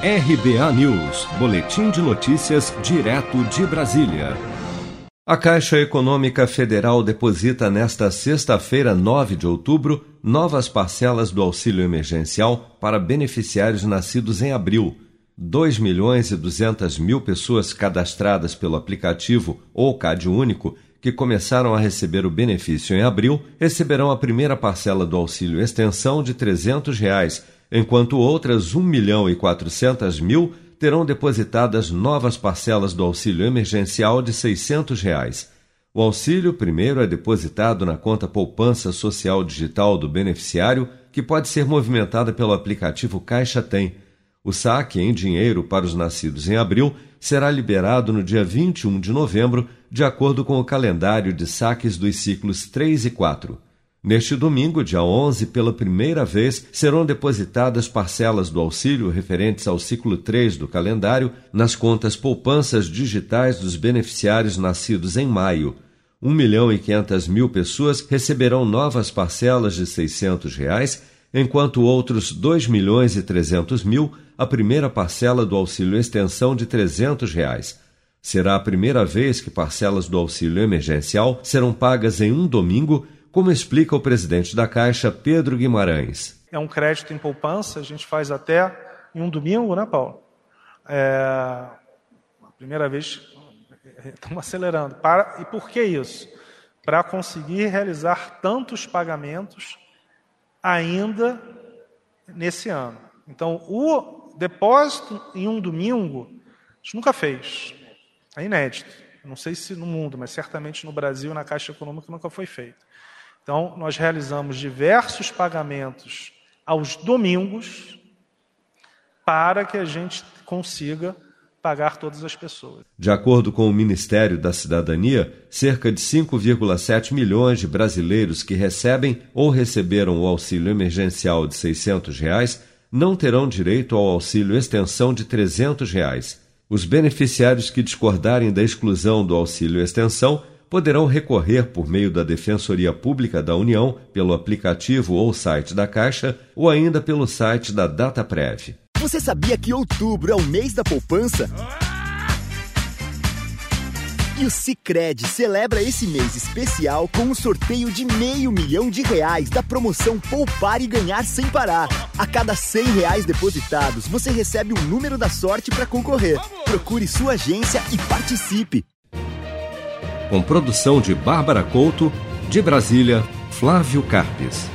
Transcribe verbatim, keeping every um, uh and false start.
R B A News, boletim de notícias direto de Brasília. A Caixa Econômica Federal deposita nesta sexta-feira, nove de outubro, novas parcelas do auxílio emergencial para beneficiários nascidos em abril. dois milhões e duzentas mil pessoas cadastradas pelo aplicativo ou CadÚnico que começaram a receber o benefício em abril receberão a primeira parcela do auxílio extensão de trezentos reais, enquanto outras um milhão e quatrocentas mil terão depositadas novas parcelas do auxílio emergencial de seiscentos reais. O auxílio primeiro é depositado na conta poupança social digital do beneficiário, que pode ser movimentada pelo aplicativo Caixa Tem. O saque em dinheiro para os nascidos em abril será liberado no dia vinte e um de novembro, de acordo com o calendário de saques dos ciclos três e quatro. Neste domingo, dia onze, pela primeira vez, serão depositadas parcelas do auxílio referentes ao ciclo três do calendário nas contas poupanças digitais dos beneficiários nascidos em maio. um milhão e quinhentas mil pessoas receberão novas parcelas de seiscentos reais, enquanto outros dois milhões e trezentos mil a primeira parcela do auxílio extensão de trezentos reais. Será a primeira vez que parcelas do auxílio emergencial serão pagas em um domingo, como explica o presidente da Caixa, Pedro Guimarães. É um crédito em poupança, a gente faz até em um domingo, né, Paulo? É a primeira vez, estamos acelerando. Para, e por que isso? Para conseguir realizar tantos pagamentos ainda nesse ano. Então, o depósito em um domingo, a gente nunca fez. É inédito. Não sei se no mundo, mas certamente no Brasil, na Caixa Econômica, nunca foi feito. Então, nós realizamos diversos pagamentos aos domingos para que a gente consiga pagar todas as pessoas. De acordo com o Ministério da Cidadania, cerca de cinco vírgula sete milhões de brasileiros que recebem ou receberam o auxílio emergencial de seiscentos reais não terão direito ao auxílio extensão de trezentos reais. Os beneficiários que discordarem da exclusão do auxílio extensão poderão recorrer por meio da Defensoria Pública da União, pelo aplicativo ou site da Caixa, ou ainda pelo site da Dataprev. Você sabia que outubro é o mês da poupança? E o Sicredi celebra esse mês especial com um sorteio de meio milhão de reais da promoção Poupar e Ganhar Sem Parar. A cada cem reais depositados, você recebe um número da sorte para concorrer. Procure sua agência e participe. Com produção de Bárbara Couto, de Brasília, Flávio Carpes.